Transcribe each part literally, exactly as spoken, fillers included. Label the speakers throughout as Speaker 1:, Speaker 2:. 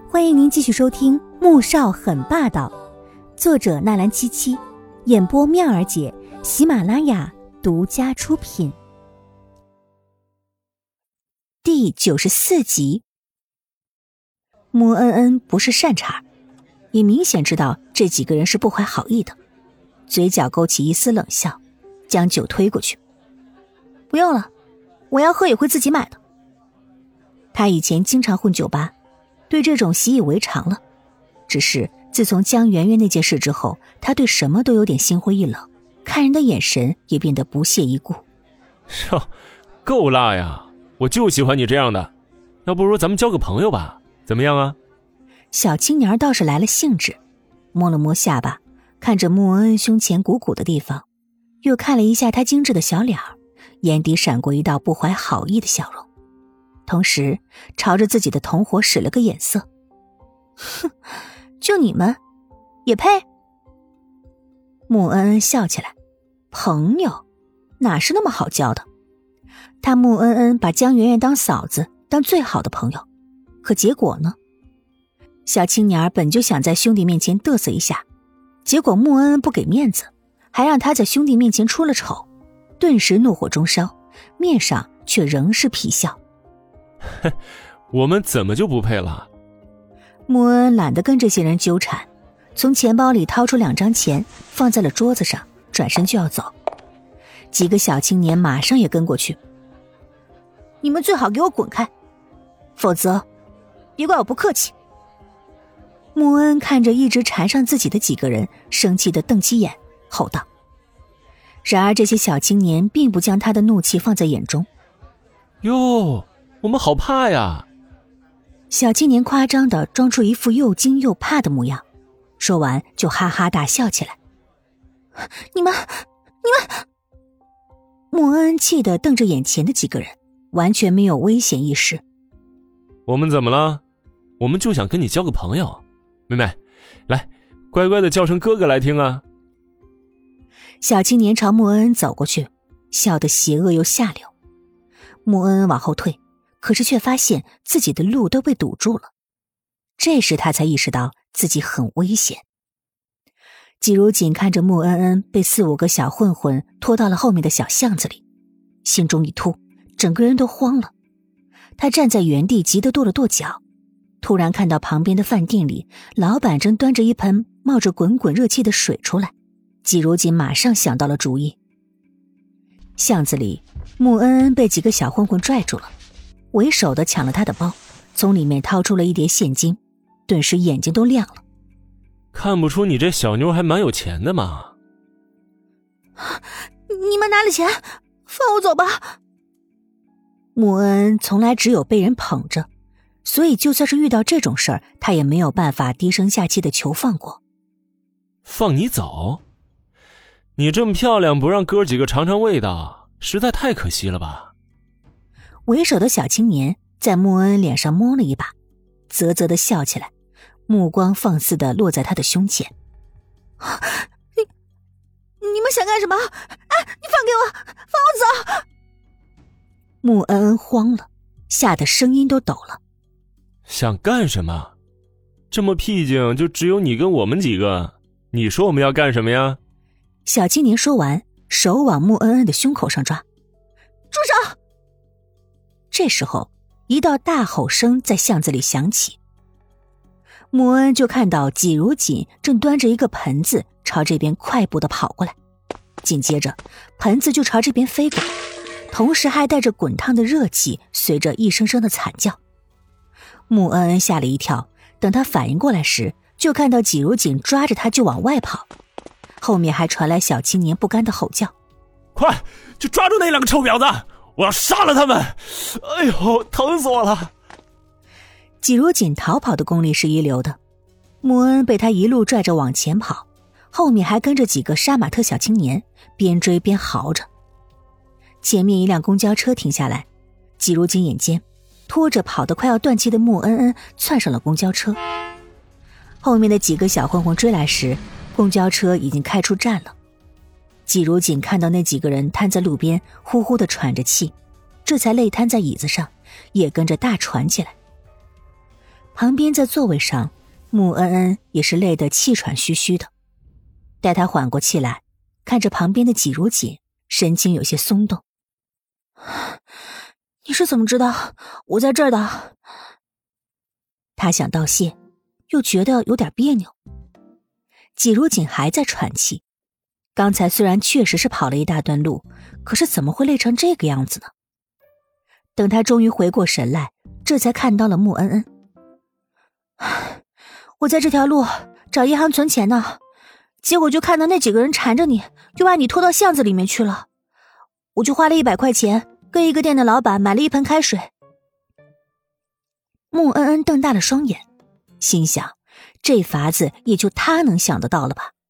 Speaker 1: 欢迎您继续收听《穆少很霸道》，作者纳兰七七，演播妙儿姐，喜马拉雅独家出品。第九十四集。穆恩恩不是善茬，也明显知道这几个人是不怀好意的，嘴角勾起一丝冷笑，将酒推过去。不用了，我要喝也会自己买的。他以前经常混酒吧，对这种习以为常了，只是自从江圆圆那件事之后，他对什么都有点心灰意冷，看人的眼神也变得不屑一顾。
Speaker 2: 哟，够辣呀，我就喜欢你这样的，要不如咱们交个朋友吧，怎么样啊？
Speaker 1: 小青年倒是来了兴致，摸了摸下巴，看着穆恩恩胸前鼓鼓的地方，又看了一下他精致的小脸儿，眼底闪过一道不怀好意的笑容，同时朝着自己的同伙使了个眼色。哼，就你们也配？穆恩恩笑起来，朋友哪是那么好交的？他穆恩恩把江圆圆当嫂子，当最好的朋友，可结果呢？小青年本就想在兄弟面前嘚瑟一下，结果穆恩恩不给面子，还让他在兄弟面前出了丑，顿时怒火中烧，面上却仍是皮笑。
Speaker 2: 哼，我们怎么就不配了？
Speaker 1: 穆恩恩懒得跟这些人纠缠，从钱包里掏出两张钱放在了桌子上，转身就要走。几个小青年马上也跟过去。你们最好给我滚开，否则别怪我不客气。穆恩看着一直缠上自己的几个人，生气地瞪起眼，吼道。然而这些小青年并不将他的怒气放在眼中。
Speaker 2: 哟，我们好怕呀！
Speaker 1: 小青年夸张地装出一副又惊又怕的模样，说完就哈哈大笑起来。你们你们穆恩气地瞪着眼前的几个人，完全没有危险意识。
Speaker 2: 我们怎么了？我们就想跟你交个朋友。妹妹，来，乖乖的叫声哥哥来听啊。
Speaker 1: 小青年朝穆恩恩走过去，笑得邪恶又下流。穆恩恩往后退，可是却发现自己的路都被堵住了。这时他才意识到自己很危险。季如锦看着穆恩恩被四五个小混混拖到了后面的小巷子里，心中一突，整个人都慌了。他站在原地急得跺了跺脚，突然看到旁边的饭店里，老板正端着一盆冒着滚滚热气的水出来。季如锦马上想到了主意。巷子里，穆恩恩被几个小混混拽住了，为首的抢了他的包，从里面掏出了一叠现金，顿时眼睛都亮了。
Speaker 2: 看不出你这小妞还蛮有钱的嘛。
Speaker 1: 你们拿了钱，放我走吧。穆恩恩从来只有被人捧着，所以就算是遇到这种事儿，他也没有办法低声下气的求放过。
Speaker 2: 放你走？你这么漂亮，不让哥几个尝尝味道，实在太可惜了吧。
Speaker 1: 为首的小青年在穆恩恩脸上摸了一把，啧啧的笑起来，目光放肆的落在他的胸前。你你们想干什么？哎，你放给我，放我走！穆恩恩慌了，吓得声音都抖了。
Speaker 2: 想干什么？这么僻静，就只有你跟我们几个，你说我们要干什么呀？
Speaker 1: 小青年说完，手往穆恩恩的胸口上抓。住手！这时候，一道大吼声在巷子里响起。穆恩就看到季如锦正端着一个盆子朝这边快步地跑过来，紧接着盆子就朝这边飞过来，同时还带着滚烫的热气，随着一声声的惨叫。穆恩恩吓了一跳，等他反应过来时，就看到季如锦抓着他就往外跑，后面还传来小青年不甘的吼叫。
Speaker 2: 快，就抓住那两个臭婊子，我要杀了他们！哎呦，疼死我了！
Speaker 1: 季如锦逃跑的功力是一流的，穆恩被他一路拽着往前跑，后面还跟着几个杀马特小青年，边追边嚎着。前面一辆公交车停下来，季如锦眼尖，拖着跑得快要断气的穆恩恩窜上了公交车。后面的几个小混混追来时，公交车已经开出站了。季如锦看到那几个人瘫在路边，呼呼地喘着气，这才累瘫在椅子上，也跟着大喘起来。 旁边在座位上，穆恩恩也是累得气喘吁吁的。待他缓过气来，看着旁边的季如锦，神经有些松动。你是怎么知道我在这儿的？他想道谢，又觉得有点别扭。季如锦还在喘气，刚才虽然确实是跑了一大段路，可是怎么会累成这个样子呢？等他终于回过神来，这才看到了穆恩恩。我在这条路找银行存钱呢，结果就看到那几个人缠着你，就把你拖到巷子里面去了。我就花了一百块钱跟一个店的老板买了一盆开水。穆恩恩瞪大了双眼，心想这法子也就他能想得到了吧。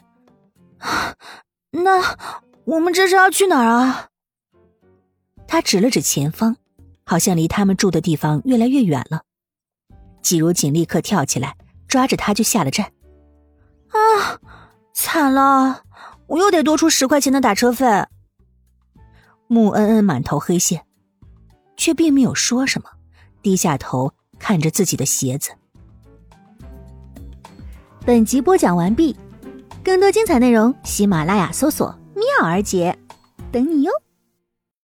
Speaker 1: 那我们这是要去哪儿啊？他指了指前方，好像离他们住的地方越来越远了。季如锦立刻跳起来，抓着他就下了站。啊，惨了，我又得多出十块钱的打车费。穆恩恩满头黑线，却并没有说什么，低下头看着自己的鞋子。本集播讲完毕，更多精彩内容，喜马拉雅搜索“妙儿姐”，等你哟。